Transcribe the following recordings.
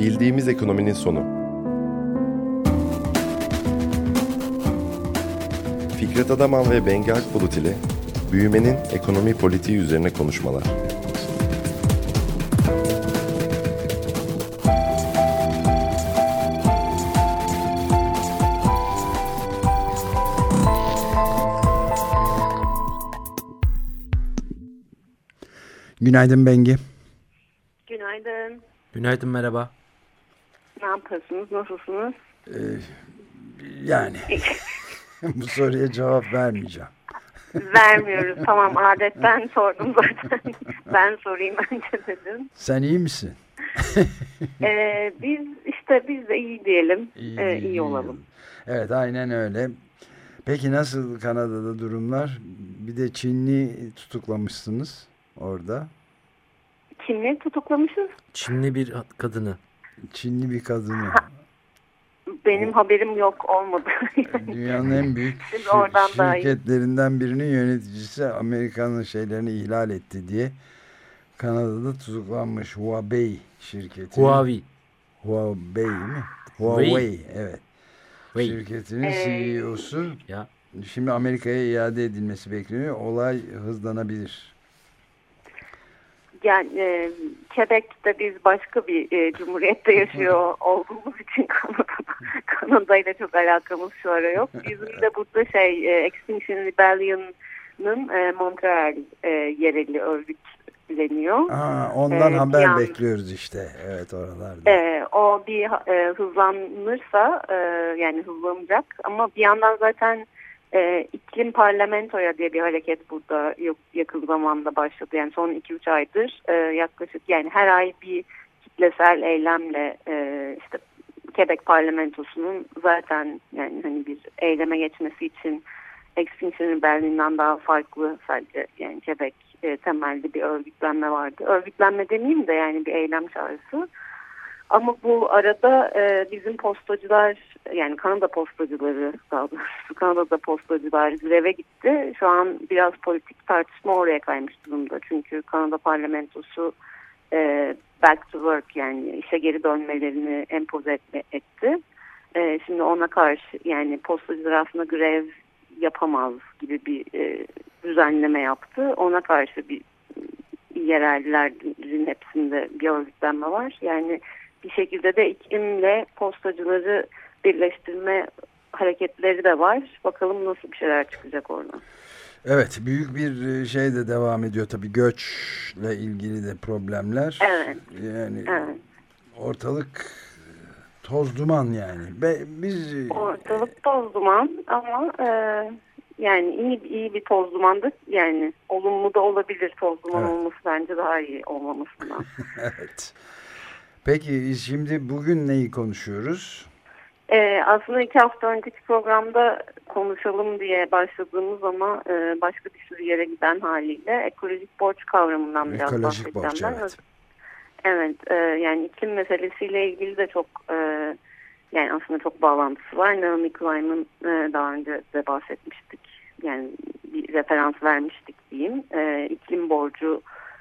Bildiğimiz ekonominin sonu. Fikret Adaman ve Bengi Akbulut ile büyümenin ekonomi politiği üzerine konuşmalar. Günaydın Bengi. Günaydın. Günaydın, merhaba. Ne yapıyorsunuz, nasılsınız? Yani bu soruya cevap vermeyeceğim. Vermiyoruz, tamam, adetten sordum zaten. Ben sorayım önce dedim. Sen iyi misin? Biz de iyi diyelim, iyi olalım. Evet, aynen öyle. Peki nasıl Kanada'da durumlar? Bir de Çinli tutuklamışsınız orada. Kimleri tutuklamışız? Çinli bir kadını. Çinli bir kadını. Benim haberim yok, olmadı. Dünyanın en büyük şirketlerinden birinin yöneticisi Amerika'nın şeylerini ihlal etti diye Kanada'da tutuklanmış. Huawei şirketi. Huawei mi? Huawei, evet. Şirketinin CEO'su şimdi Amerika'ya iade edilmesi bekleniyor. Olay hızlanabilir. Yani Quebec'te biz başka bir cumhuriyette yaşıyor olduğumuz için Kanada'yla çok alakamız şu ara yok. Bizim de burada Extinction Rebellion'ın Montreal yereli örgütleniyor. Ondan haber bekliyoruz işte. Evet, oralarda. O bir hızlanırsa yani hızlanacak ama bir yandan zaten iklim parlamentoya diye bir hareket burada yakın zamanda başladı. Yani son 2-3 aydır yaklaşık yani her ay bir kitlesel eylemle işte Quebec parlamentosunun zaten yani hani bir eyleme geçmesi için Extinction Rebellion'dan daha farklı sadece yani Quebec temelli bir örgütlenme vardı. Örgütlenme demeyeyim de yani bir eylem çağrısı. Ama bu arada bizim postacılar yani Kanada postacıları daha doğrusu Kanada'da postacılar greve gitti. Şu an biraz politik tartışma oraya kaymış durumda. Çünkü Kanada parlamentosu back to work yani işe geri dönmelerini empoze etti. Şimdi ona karşı yani postacılar aslında grev yapamaz gibi bir düzenleme yaptı. Ona karşı bir yerellerin hepsinde bir örgütlenme var. Yani bir şekilde de iklimle postacıları birleştirme hareketleri de var. Bakalım nasıl bir şeyler çıkacak oradan. Evet, büyük bir şey de devam ediyor tabii, göçle ilgili de problemler. Evet. Yani evet. Ortalık toz duman yani. Ortalık toz duman ama yani iyi bir toz dumandı. Yani olumlu da olabilir toz duman olması bence daha iyi olmamasından. Evet. Peki şimdi bugün neyi konuşuyoruz? Aslında 2 hafta önceki programda konuşalım diye başladığımız ama başka bir sürü yere giden haliyle ekolojik borç kavramından biraz bahsedeceğim. Evet. Evet, yani iklim meselesiyle ilgili de çok yani aslında çok bağlantısı var. Naomi Klein'ın daha önce de bahsetmiştik. Yani bir referans vermiştik diyeyim. İklim borcu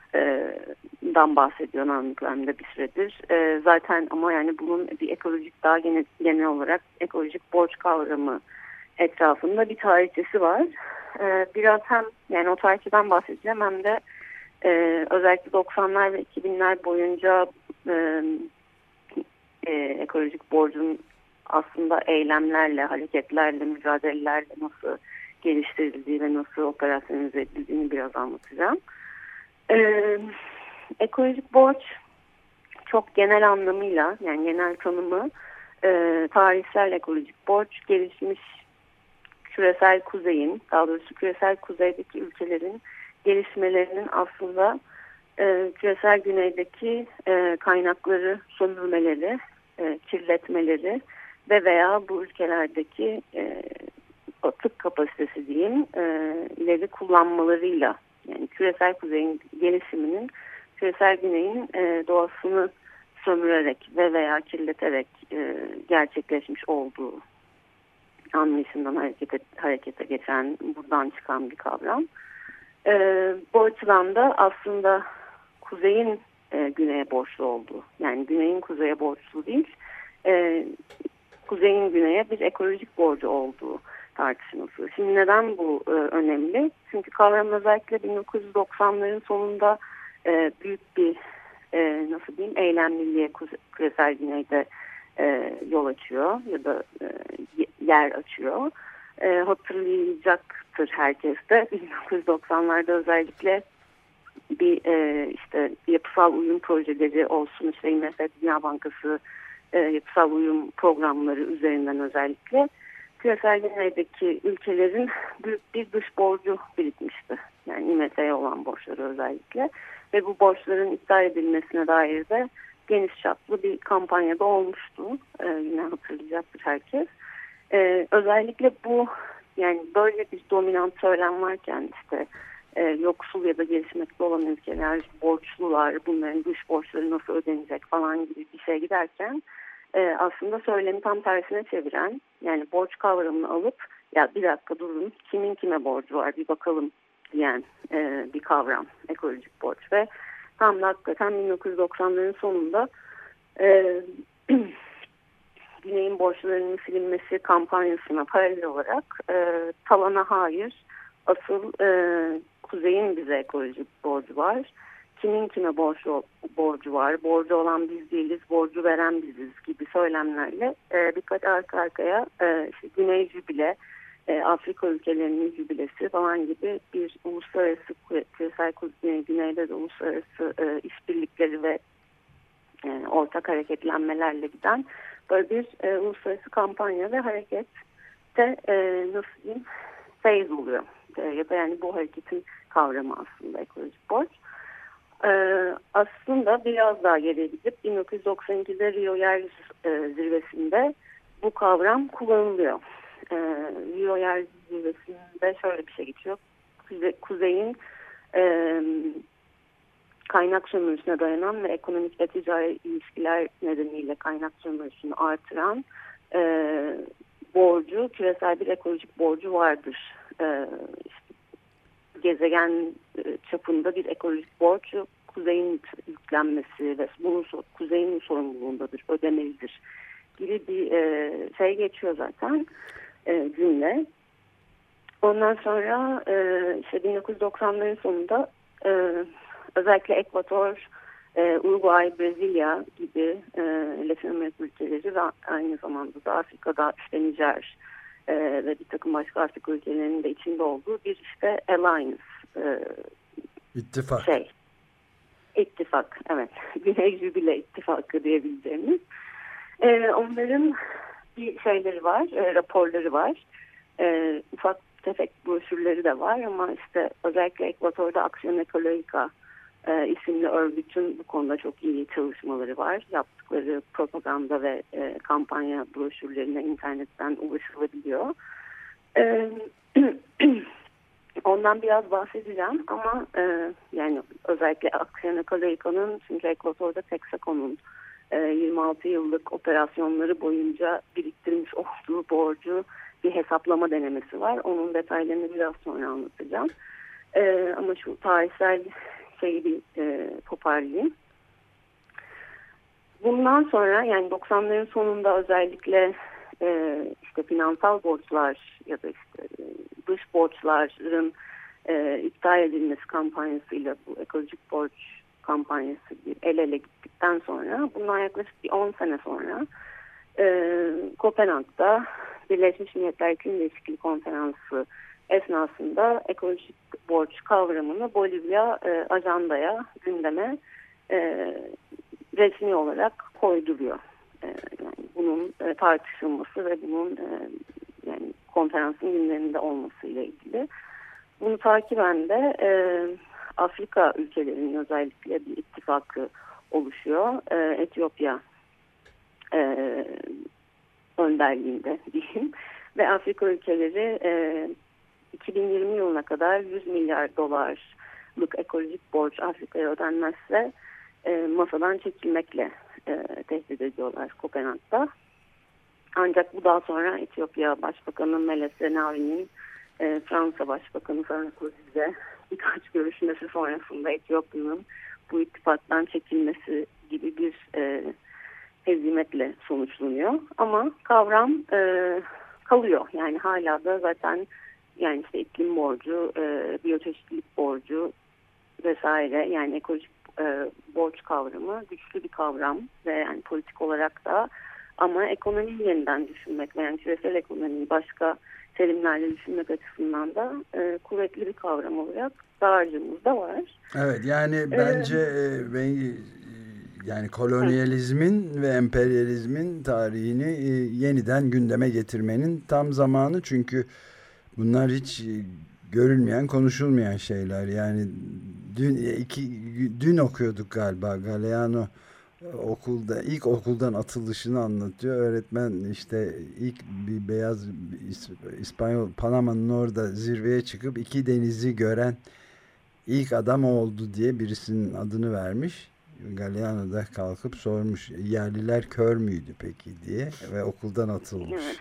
dan bahsediyor Naomi Klein'de bir süredir. Zaten ama yani bunun bir ekolojik daha genel olarak ekolojik borç kavramı etrafında bir tarihçesi var. Biraz hem yani o tarihçeden bahsedeceğim hem de özellikle 90'lar ve 2000'ler boyunca ekolojik borcun aslında eylemlerle, hareketlerle, mücadelelerle nasıl geliştirildiği ve nasıl operasyonize edildiğini biraz anlatacağım. Ekolojik borç çok genel anlamıyla yani genel tanımı tarihsel ekolojik borç gelişmiş küresel kuzeyin, daha doğrusu küresel kuzeydeki ülkelerin gelişmelerinin aslında küresel güneydeki kaynakları sömürmeleri, kirletmeleri ve veya bu ülkelerdeki atık kapasitesi diyeyim ileri kullanmalarıyla yani küresel kuzeyin gelişiminin küresel güneyin doğasını sömürerek ve veya kirleterek gerçekleşmiş olduğu anlayışından harekete geçen, buradan çıkan bir kavram. Bu açıdan da aslında kuzeyin güneye borçlu olduğu. Yani güneyin kuzeye borçlu değil, kuzeyin güneye bir ekolojik borcu olduğu tartışması. Şimdi neden bu önemli? Çünkü kavram özellikle 1990'ların sonunda büyük bir nasıl diyeyim eylemliliğe küresel güneyde yol açıyor ya da yer açıyor. Hatırlayacaktır herkes de 1990'larda özellikle bir işte yapısal uyum projeleri olsun, işte IMF, Dünya Bankası yapısal uyum programları üzerinden özellikle küresel güneydeki ülkelerin büyük bir dış borcu birikmişti. Yani IMF'ye olan borçları özellikle ve bu borçların iptal edilmesine dair de geniş çaplı bir kampanyada olmuştu. Yine hatırlayacaktır herkes. Özellikle bu yani böyle bir dominant söylem varken işte yoksul ya da gelişmekte olan ülkeler borçlular, bunların dış borçları nasıl ödenecek falan gibi bir şey giderken aslında söylemi tam tersine çeviren, yani borç kavramını alıp ya bir dakika durun kimin kime borcu var bir bakalım diyen bir kavram ekolojik borç ve tam da hakikaten 1990'ların sonunda Güney'in borçlarının silinmesi kampanyasına paralel olarak tavana hayır, asıl Kuzey'in bize ekolojik borcu var. Kimin kime borcu var, borcu olan biz değiliz, borcu veren biziz gibi söylemlerle birkaç arka arkaya işte Güney Jübile, Afrika ülkelerinin jübilesi falan gibi bir uluslararası küresel güneyde de uluslararası işbirlikleri ve ortak hareketlenmelerle giden böyle bir uluslararası kampanya ve harekette nasıl diyeyim phase oluyor. Ya da yani bu hareketin kavramı aslında ekolojik borç. Aslında biraz daha geriye gidip 1992'de Rio Yer Zirvesi'nde bu kavram kullanılıyor. Rio Yer Zirvesi'nde şöyle bir şey geçiyor. Kuzey'in kaynak sömürüsüne dayanan ve ekonomik ve ticari ilişkiler nedeniyle kaynak sömürüsünü artıran borcu, küresel bir ekolojik borcu vardır. İşte, gezegen çapında bir ekolojik borç kuzeyin yüklenmesi ve bunun kuzeyin sorumluluğundadır, ödemelidir gibi bir şey geçiyor zaten cümle. Ondan sonra işte 1990'ların sonunda özellikle Ekvator, Uruguay, Brezilya gibi Latin Amerika ülkeleri ve aynı zamanda da Afrika'da işte Nijer ve bir takım başka Afrika ülkelerinin de içinde olduğu bir işte alliance ittifak, evet. Güney Jübile ittifakı diyebileceğimiz. Onların bir şeyleri var, raporları var. Ufak tefek broşürleri de var ama işte özellikle Ekvator'da Aksiyon Ekolojika isimli örgütün bu konuda çok iyi çalışmaları var. Yaptıkları propaganda ve kampanya broşürlerine internetten ulaşılabiliyor. Ondan biraz bahsedeceğim ama yani özellikle Aksiyon Ekolojika'nın çünkü Ekvator'da Texaco'nun 26 yıllık operasyonları boyunca biriktirmiş olduğu borcu bir hesaplama denemesi var. Onun detaylarını biraz sonra anlatacağım. Ama şu tarihsel şeyi bir toparlayayım. Bundan sonra yani 90'ların sonunda özellikle işte finansal borçlar ya da işte dış borçların iptal edilmesi kampanyasıyla bu ekolojik borç kampanyası el ele gittikten sonra bundan yaklaşık bir 10 sene sonra Kopenhag'da Birleşmiş Milletler İklim Değişikliği Konferansı esnasında ekolojik borç kavramını Bolivya ajandaya, gündeme resmi olarak koyduruyor. Yani bunun tartışılması ve bunun yani konferansın gündeminde olmasıyla ilgili. Bunu takiben de Afrika ülkelerinin özellikle bir ittifakı oluşuyor. Etiyopya önderliğinde diyeyim. Ve Afrika ülkeleri 2020 yılına kadar 100 milyar dolarlık ekolojik borç Afrika'ya ödenmezse masadan çekilmekle tehdit ediyorlar Kopenhag'da. Ancak bu daha sonra Etiyopya Başbakanı Meles Zenawi'nin Fransa Başbakanı Sarkozy'ye birkaç görüşmesi sonrasında Etiyopya'nın bu ittifaktan çekilmesi gibi bir hezimetle sonuçlanıyor. Ama kavram kalıyor. Yani hala da zaten yani işte iklim borcu, biyoçeşitlilik borcu vesaire, yani ekolojik borç kavramı güçlü bir kavram ve yani politik olarak da, ama ekonomiyi yeniden düşünmek ve yani küresel ekonomiyi başka terimlerle düşünmek açısından da kuvvetli bir kavram olarak dağarcığımızda var. Evet, yani bence yani kolonyalizmin ve emperyalizmin tarihini yeniden gündeme getirmenin tam zamanı, çünkü bunlar hiç görülmeyen, konuşulmayan şeyler. Yani dün okuyorduk galiba, Galeano ilk okuldan atılışını anlatıyor. Öğretmen işte ilk bir beyaz İspanyol, Panama'nın orada zirveye çıkıp iki denizi gören ilk adam oldu diye birisinin adını vermiş. Galeano da kalkıp sormuş, yerliler kör müydü peki diye, ve okuldan atılmış. Evet.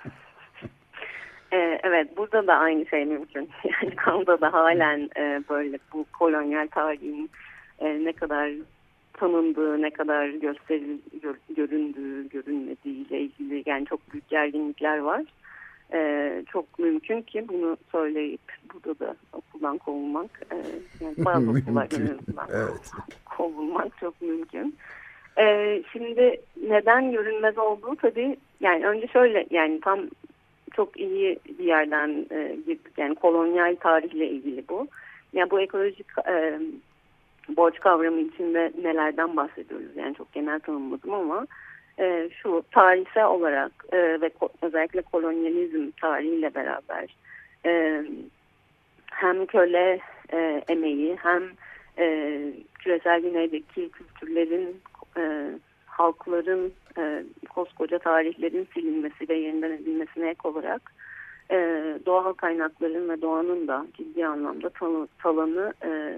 Evet, burada da aynı şey mümkün. Yani Kanada'da halen böyle bu kolonyal tarihin ne kadar tanındığı, ne kadar göründüğü, görünmediği ile ilgili yani çok büyük gerginlikler var. Çok mümkün ki bunu söyleyip burada da okuldan kovulmak, yani bazı okullardan evet. kovulmak çok mümkün. Şimdi neden görünmez olduğu tabii, yani önce şöyle, yani tam çok iyi bir yerden girdik. Yani kolonyal tarihle ilgili bu. Yani bu ekolojik borç kavramı içinde nelerden bahsediyoruz? Yani çok genel tanımladım ama şu tarihsel olarak ve özellikle kolonyalizm tarihiyle beraber hem köle emeği, hem küresel güneydeki kültürlerin, halkların, koskoca tarihlerin silinmesi ve yeniden edilmesine ek olarak doğal kaynakların ve doğanın da ciddi anlamda talanı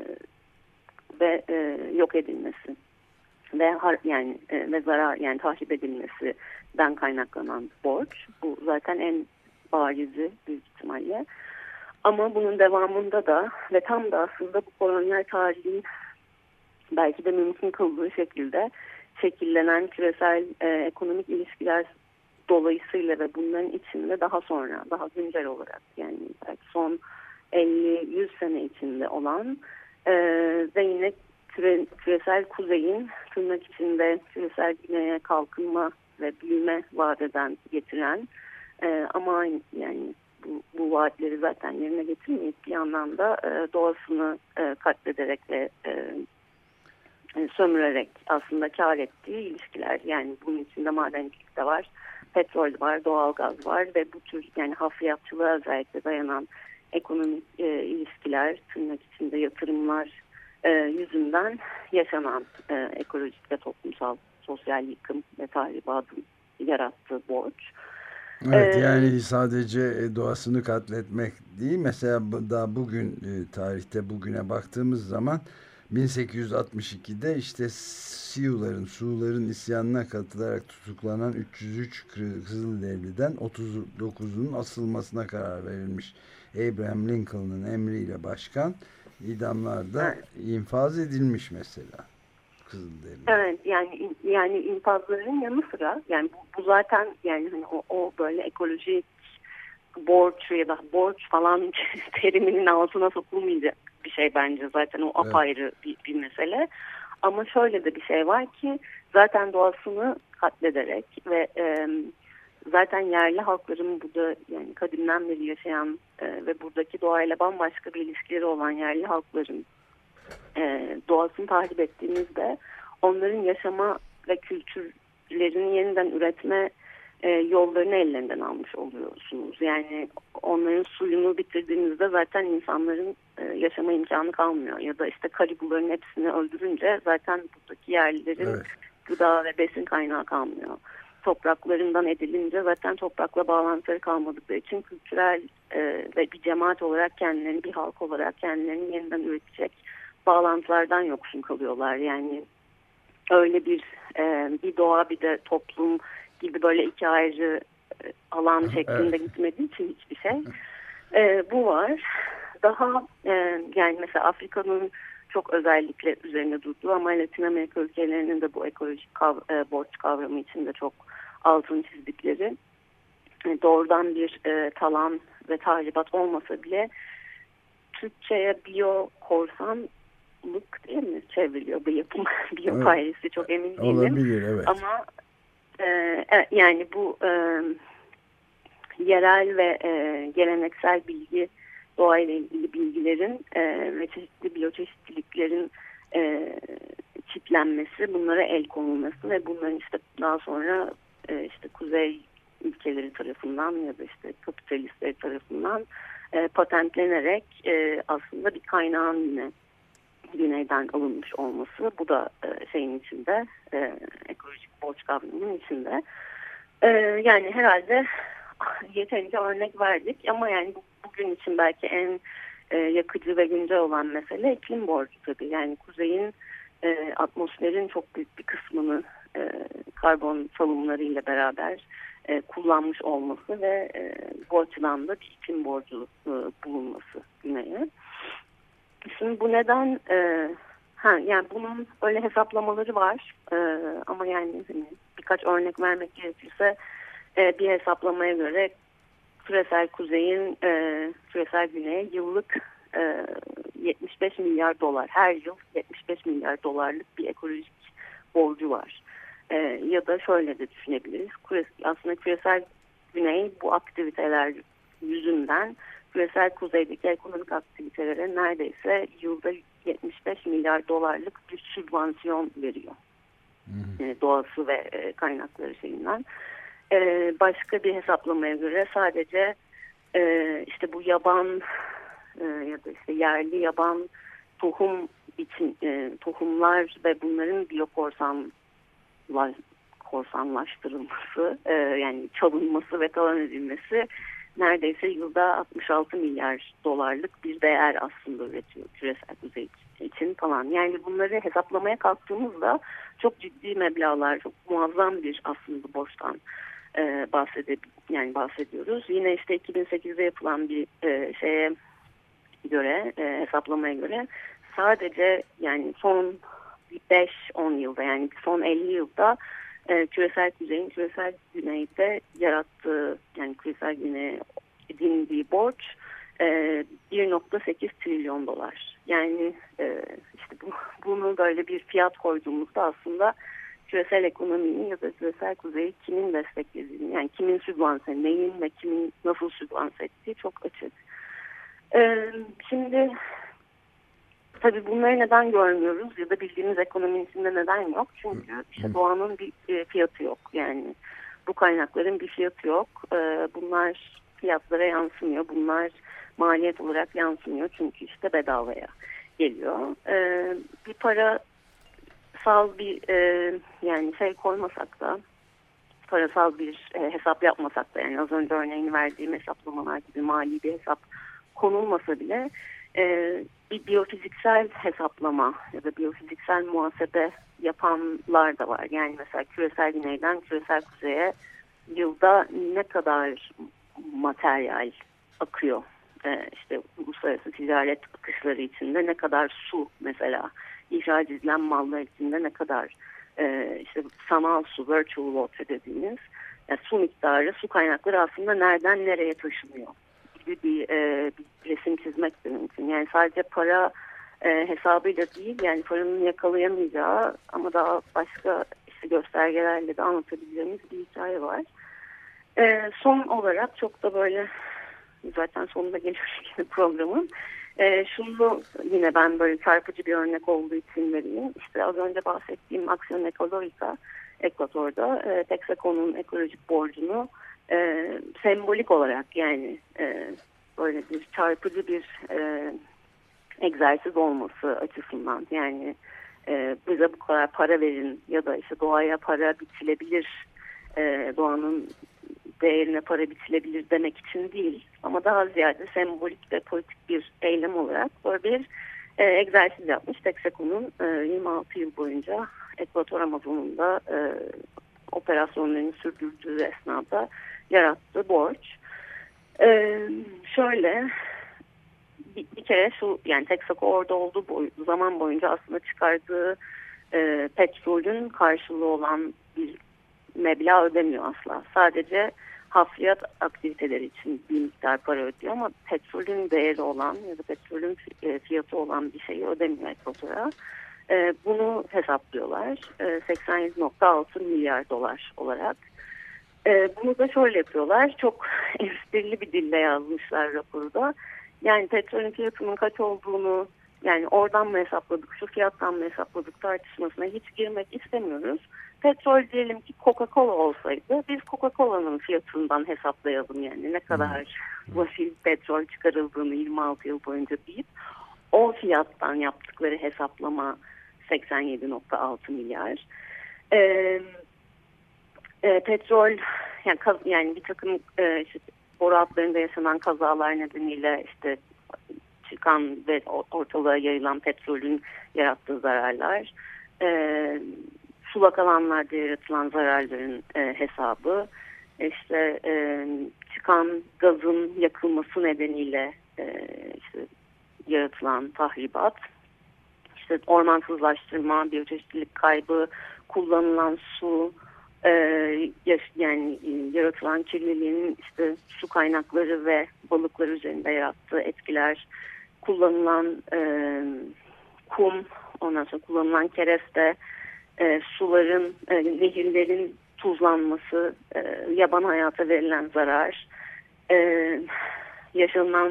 ve yok edilmesi ve yani ve zarar, yani tahrip edilmesinden kaynaklanan borç. Bu zaten en barizi büyük ihtimalle. Ama bunun devamında da ve tam da aslında bu kolonyal tarihin belki de mümkün kıldığı şekilde şekillenen küresel ekonomik ilişkiler dolayısıyla ve bunların içinde daha sonra, daha güncel olarak, yani belki son 50-100 sene içinde olan ve yine küresel kuzeyin tırnak içinde küresel güneye kalkınma ve büyüme vaat eden, getiren ama yani bu vaatleri zaten yerine getirmeyip bir yandan da doğasını katlederek ve sömürerek aslında kar ettiği ilişkiler. Yani bunun içinde madencilik de var, petrol var, doğalgaz var ve bu tür yani hafriyatçılığa özellikle dayanan ekonomik ilişkiler, tırnak içinde yatırımlar yüzünden yaşanan ekolojik ve toplumsal sosyal yıkım ve tahribatın yarattığı borç. Evet, yani sadece doğasını katletmek değil. Mesela daha bugün tarihte bugüne baktığımız zaman 1862'de işte Sioux'ların isyanına katılarak tutuklanan 303 Kızılderili'den 39'unun asılmasına karar verilmiş. Abraham Lincoln'ın emriyle başkan idamlarda infaz edilmiş mesela Kızılderili. Evet, yani infazların yanı sıra yani bu zaten yani hani o böyle ekolojik borç ya da borç falan teriminin altına sokulmayacak bir şey bence, zaten o apayrı bir mesele. Ama şöyle de bir şey var ki zaten doğasını katlederek ve zaten yerli halkların burada yani kadimden beri yaşayan ve buradaki doğayla bambaşka bir ilişkileri olan yerli halkların doğasını tahrip ettiğinizde onların yaşama ve kültürlerini yeniden üretme yollarını ellerinden almış oluyorsunuz. Yani onların suyunu bitirdiğinizde zaten insanların yaşama imkanı kalmıyor. Ya da işte karibuların hepsini öldürünce zaten buradaki yerlilerin gıda ve besin kaynağı kalmıyor. Topraklarından edilince zaten toprakla bağlantıları kalmadıkları için kültürel ve bir cemaat olarak kendilerini, bir halk olarak kendilerini yeniden üretecek bağlantılardan yoksun kalıyorlar. Yani öyle bir doğa bir de toplum gibi böyle iki ayrı alan şeklinde gitmediği için hiçbir şey. Bu var. daha yani mesela Afrika'nın çok özellikle üzerine durduğu ama Latin Amerika ülkelerinin de bu ekolojik borç kavramı içinde çok altını çizdikleri doğrudan bir talan ve tahribat olmasa bile Türkçe'ye biyokorsanlık değil mi çevriliyor bu yapım? Biyopiracy evet. Çok emin değilim. Olabilir, evet. Ama yani bu yerel ve geleneksel bilgi, doğayla ilgili bilgilerin ve çeşitli biyoçeşitliliklerin çiplenmesi, bunlara el konulması ve bunların işte daha sonra işte kuzey ülkeleri tarafından ya da işte kapitalistler tarafından patentlenerek aslında bir kaynağın yine güneyden alınmış olması, bu da şeyin içinde, ekolojik borç kavramının içinde. Yani herhalde yeterince örnek verdik ama yani bugün için belki en yakıcı ve güncel olan mesele iklim borcu tabii. Yani kuzeyin atmosferin çok büyük bir kısmını karbon salımlarıyla beraber kullanmış olması ve bu açıdan da bir iklim borcu bulunması güneye. Şimdi bu neden yani bunun öyle hesaplamaları var ama yani hani birkaç örnek vermek gerekirse bir hesaplamaya göre küresel kuzeyin küresel güneye yıllık 75 milyar dolar, her yıl 75 milyar dolarlık bir ekolojik borcu var. Ya da şöyle de düşünebiliriz. Aslında küresel güney bu aktiviteler yüzünden küresel kuzeydeki ekonomik aktivitelere neredeyse yılda 75 milyar dolarlık bir sübvansiyon veriyor. Doğası ve kaynakları şeyinden. Başka bir hesaplamaya göre sadece işte bu yaban ya da işte yerli yaban tohum için tohumlar ve bunların korsanlaştırılması yani çalınması ve talan edilmesi neredeyse yılda 66 milyar dolarlık bir değer aslında üretiyor küresel kuzey için falan. Yani bunları hesaplamaya kalktığımızda çok ciddi meblağlar, çok muazzam bir aslında borçtan bahsediyoruz. Yine işte 2008'de yapılan bir şeye göre, hesaplamaya göre sadece yani son 5-10 yılda yani son 50 yılda küresel kuzeyin küresel güneyde yarattığı yani küresel güneye edindiği borç 1.8 trilyon dolar. Yani işte bunu böyle bir fiyat koyduğumuzda aslında küresel ekonominin ya da küresel kuzeyi kimin desteklediğini, yani kimin sübvanse, neyin ve kimin nasıl sübvanse ettiği çok açık. Şimdi tabii bunları neden görmüyoruz ya da bildiğimiz ekonominin içinde neden yok? Çünkü işte doğanın bir fiyatı yok. Yani bu kaynakların bir fiyatı yok. Bunlar fiyatlara yansımıyor. Bunlar maliyet olarak yansımıyor. Çünkü işte bedavaya geliyor. Bir parasal bir yani şey koymasak da, parasal bir hesap yapmasak da, yani az önce örneğini verdiğim hesaplamalar gibi mali bir hesap konulmasa bile bir biyofiziksel hesaplama ya da biyofiziksel muhasebe yapanlar da var. Yani mesela küresel güneyden küresel kuzeye yılda ne kadar materyal akıyor? İşte uluslararası ticaret akışları içinde ne kadar su, mesela ihraç edilen mallar içinde ne kadar işte sanal su, virtual water dediğimiz yani su miktarı, su kaynakları aslında nereden nereye taşınıyor gibi bir resim çizmek de mümkün. Yani sadece para hesabıyla değil, yani paranın yakalayamayacağı ama daha başka işte göstergelerle de anlatabileceğimiz bir hikaye var. Son olarak çok da böyle zaten sonunda geliyoruz programın. Şunu yine ben böyle çarpıcı bir örnek olduğu için vereyim. İşte az önce bahsettiğim Aksiyon Ekolojika Ekvator'da Texaco'nun ekolojik borcunu sembolik olarak yani böyle bir çarpıcı bir egzersiz olması açısından, yani bize bu kadar para verin ya da işte doğaya para biçilebilir, doğanın değerine para biçilebilir demek için değil ama daha ziyade sembolik ve politik bir eylem olarak böyle bir egzersiz yapmış. Texaco'nun 26 yıl boyunca Ekvator Amazonu'nda operasyonlarını sürdürdüğü esnada yarattığı borç. Şöyle bir kere şu, yani Texaco orada olduğu zaman boyunca aslında çıkardığı petrolün karşılığı olan bir meblağ ödemiyor asla. Sadece hafriyat aktiviteleri için bir miktar para ödüyor ama petrolün değeri olan ya da petrolün fiyatı olan bir şeyi ödemiyor Ekvator'a. Bunu hesaplıyorlar. 87,6 milyar dolar olarak. Bunu da şöyle yapıyorlar. Çok esprili bir dille yazmışlar raporda. Yani petrolün fiyatının kaç olduğunu, yani oradan mı hesapladık, şu fiyattan mı hesapladık tartışmasına hiç girmek istemiyoruz. Petrol diyelim ki Coca-Cola olsaydı biz Coca-Cola'nın fiyatından hesaplayalım, yani ne kadar vasil petrol çıkarıldığını 26 yıl boyunca deyip o fiyattan yaptıkları hesaplama 87,6 milyar. Petrol yani bir takım işte boru hatlarında yaşanan kazalar nedeniyle işte çıkan ve ortalığa yayılan petrolün yarattığı zararlar, sulak alanlarda yaratılan zararların hesabı, işte çıkan gazın yakılması nedeniyle işte yaratılan tahribat, işte ormansızlaştırma, biyoçeşitlilik kaybı, kullanılan su, yani yaratılan kirliliğin işte su kaynakları ve balıklar üzerinde yarattığı etkiler, kullanılan kum, ondan sonra kullanılan kereste, suların, nehirlerin tuzlanması, yaban hayata verilen zarar, yaşanan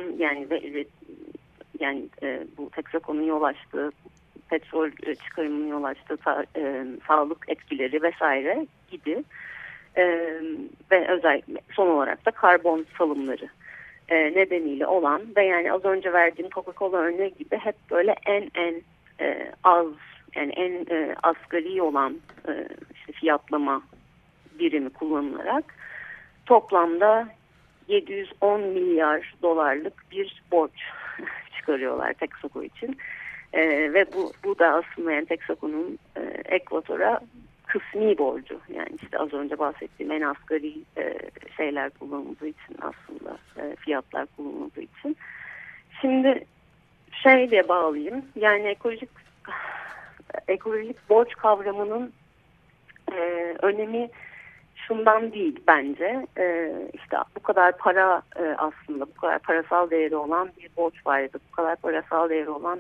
bu Texaco'nun yol açtığı, petrol çıkarımının yol açtığı sağlık etkileri vesaire gibi, ve özellikle son olarak da karbon salımları nedeniyle olan ve yani az önce verdiğim Coca-Cola örneği gibi hep böyle en az, yani en asgari olan işte fiyatlama birimi kullanılarak toplamda 710 milyar dolarlık bir borç çıkarıyorlar Texaco için. Ve bu da aslında yani Texaco'nun Ekvator'a kısmi borcu. Yani işte az önce bahsettiğim en asgari şeyler kullanıldığı için, aslında fiyatlar kullanıldığı için. Şimdi şeyle bağlayayım. Yani ekolojik borç kavramının önemi şundan değil bence. İşte bu kadar para, aslında bu kadar parasal değeri olan bir borç var ya da bu kadar parasal değeri olan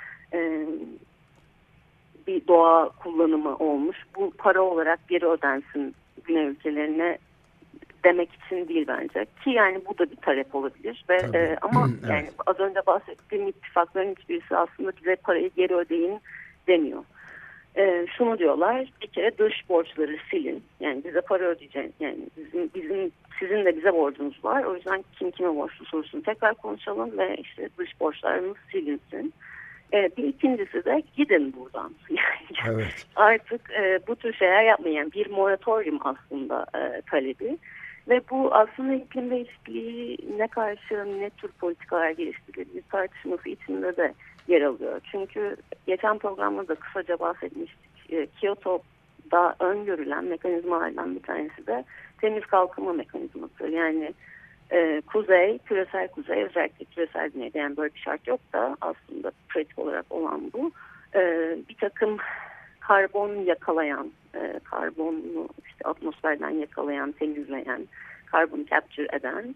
bir doğa kullanımı olmuş. Bu para olarak geri ödensin Güney ülkelerine demek için değil bence. Ki yani bu da bir talep olabilir ve ama Evet. yani az önce bahsettiğim ittifakların hiçbirisi aslında bize parayı geri ödeyin demiyor. Şunu diyorlar, bir kere dış borçları silin. Yani bize para ödeyeceğiz. Yani sizin de bize borcunuz var. O yüzden kim kime borçlu sorusunu tekrar konuşalım ve işte dış borçlarımız silinsin. Bir ikincisi de gidin buradan. Yani Evet. artık bu tür şeyler yapmayın. Yani bir moratorium aslında talebi. Ve bu aslında iklim değişikliği ne karşı ne tür politikalar geliştirilir tartışması içinde de yer alıyor. Çünkü geçen programda da kısaca bahsetmiştik. Kyoto'da öngörülen mekanizmalardan bir tanesi de temiz kalkınma mekanizması. Yani küresel kuzey, özellikle küresel güneyde, yani böyle bir şart yok da aslında pratik olarak olan bu. Bir takım karbon yakalayan, karbonu işte atmosferden yakalayan, temizleyen, karbon capture eden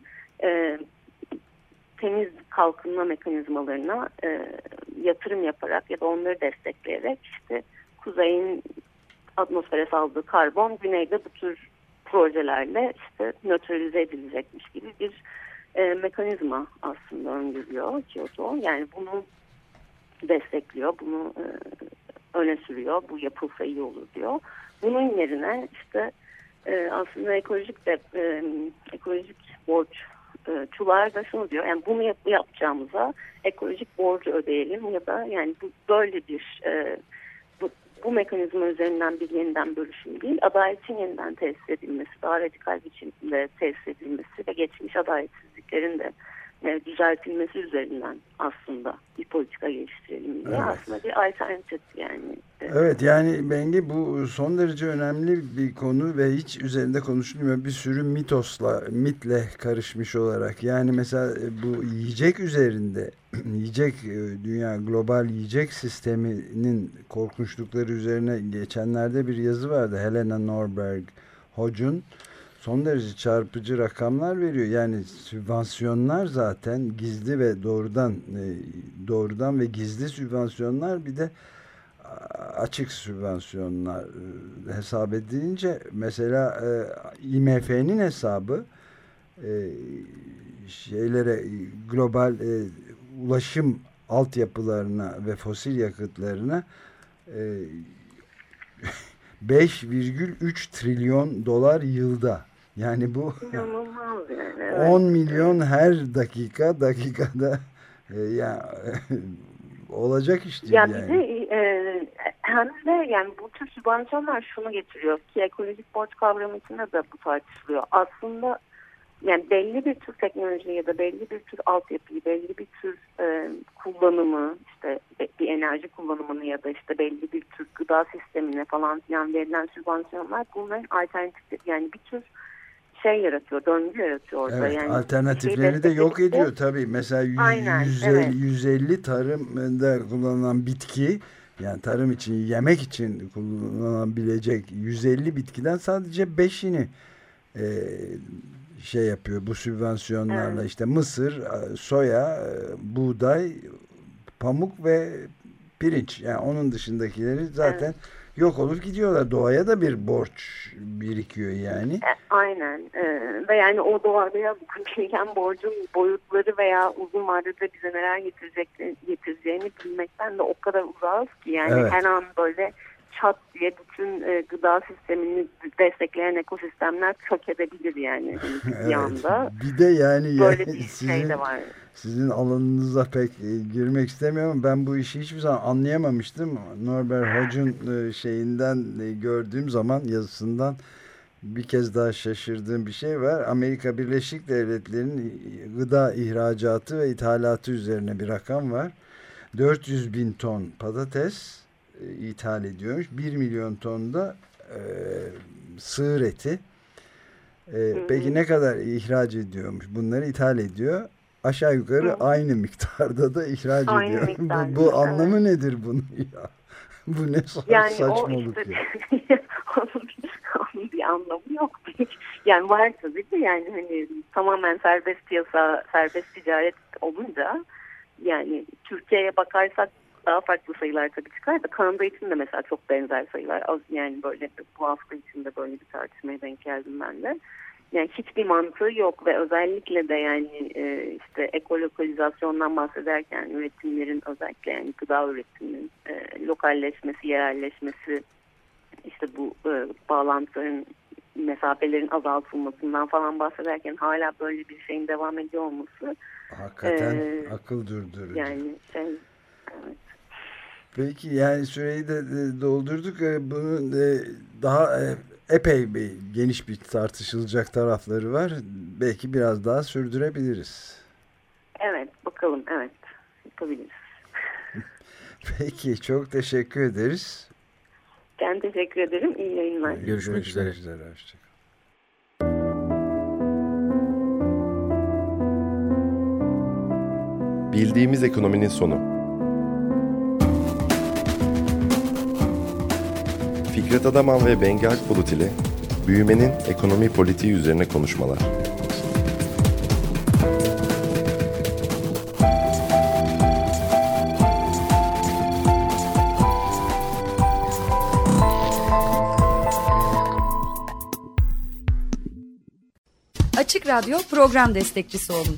temiz kalkınma mekanizmalarına yatırım yaparak ya da onları destekleyerek işte kuzeyin atmosfere saldığı karbon güneyde bu tür projelerle işte nötralize edilecekmiş gibi bir mekanizma aslında öngörüyor Kyoto. Yani bunu destekliyor, bunu öne sürüyor, bu yapılsa iyi olur diyor. Bunun yerine işte aslında ekolojik borççular da şunu diyor, yani bunu yapacağımıza ekolojik borcu ödeyelim ya da yani böyle bir bu mekanizma üzerinden bir yeniden bölüşüm değil, adaletin yeniden tesis edilmesi, daha radikal biçimde tesis edilmesi ve geçmiş adaletsizliklerin de düzeltilmesi üzerinden aslında bir politika geliştirelim diye. Evet. Aslında bir alternatif, yani Evet, yani Bengi, bu son derece önemli bir konu ve hiç üzerinde konuşulmuyor. Bir sürü mitle karışmış olarak. Yani mesela bu yiyecek üzerinde, dünya global yiyecek sisteminin korkunçlukları üzerine geçenlerde bir yazı vardı. Helena Norberg Hodge'un son derece çarpıcı rakamlar veriyor. Yani sübvansiyonlar zaten gizli ve doğrudan ve gizli sübvansiyonlar, bir de açık sübvansiyonlar hesap edilince mesela IMF'nin hesabı global ulaşım altyapılarına ve fosil yakıtlarına 5,3 trilyon dolar yılda. Yani bu yani, evet. 10 milyon her dakikada ya olacak iş değil yani. Bir de hem de yani bu tür sübvansiyonlar şunu getiriyor ki ekolojik borç kavramı içinde de bu tartışılıyor. Aslında yani belli bir tür teknoloji ya da belli bir tür altyapıyı, belli bir tür kullanımı, işte bir enerji kullanımını ya da işte belli bir tür gıda sistemine falan filan verilen sübvansiyonlar bunların alternatif, yani bir tür şey yaratıyor, döngü yaratıyor orada. Evet, yani alternatifleri de yok ediyor tabii. Mesela 150 tarımda kullanılan bitki, yani tarım için, yemek için kullanılabilecek 150 bitkiden sadece 5'ini yapıyor bu sübvansiyonlarla. Evet. İşte mısır, soya, buğday, pamuk ve pirinç. Yani onun dışındakileri zaten yok olup gidiyorlar. Doğaya da bir borç birikiyor yani. Aynen. Ve yani o doğaya biriken borcun boyutları veya uzun vadede bize neler getireceğini bilmekten de o kadar uzağız ki yani her an böyle çat diye bütün gıda sistemini destekleyen ekosistemler çök edebilir yani bir anda. Bir de yani böyle bir şey de var. Sizin alanınıza pek girmek istemiyorum. Ben bu işi hiçbir zaman anlayamamıştım. Norbert Hodge'un şeyinden gördüğüm zaman, yazısından bir kez daha şaşırdığım bir şey var. Amerika Birleşik Devletleri'nin gıda ihracatı ve ithalatı üzerine bir rakam var. 400 bin ton patates ithal ediyormuş. 1 milyon ton da sığır eti. Peki ne kadar ihraç ediyormuş? Bunları ithal ediyor. Aşağı yukarı aynı miktarda da ihraç ediyor. Bu anlamı nedir bunun ya? Bu ne saçmalık ya. Onun bir anlamı yok. Yani var tabii ki, yani hani tamamen serbest piyasa, serbest ticaret olunca, yani Türkiye'ye bakarsak daha farklı sayılar tabii çıkar da Kanada için de mesela çok benzer sayılar. Yani böyle bu hafta içinde böyle bir tartışmaya denk geldim ben de. Yani hiçbir mantığı yok ve özellikle de yani işte ekolokalizasyondan bahsederken üretimlerin, özellikle yani gıda üretiminin lokalleşmesi, yerelleşmesi, işte bu bağlantıların, mesafelerin azaltılmasından falan bahsederken hala böyle bir şeyin devam ediyor olması hakikaten akıl durdurucu. Yani evet. Peki, yani süreyi de doldurduk. Bunun daha epey geniş bir tartışılacak tarafları var. Belki biraz daha sürdürebiliriz. Evet, bakalım. Evet, yapabiliriz. Peki, çok teşekkür ederiz. Ben teşekkür ederim. İyi yayınlar. Görüşmek üzere. Hoşçakalın. Bildiğimiz ekonominin sonu. Fikret Adaman ve Bengi Akbulut ile büyümenin ekonomi politiği üzerine konuşmalar. Açık Radyo program destekçisi olun.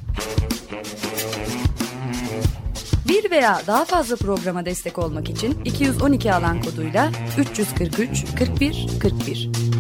Bir veya daha fazla programa destek olmak için 212 alan koduyla 343 41 41.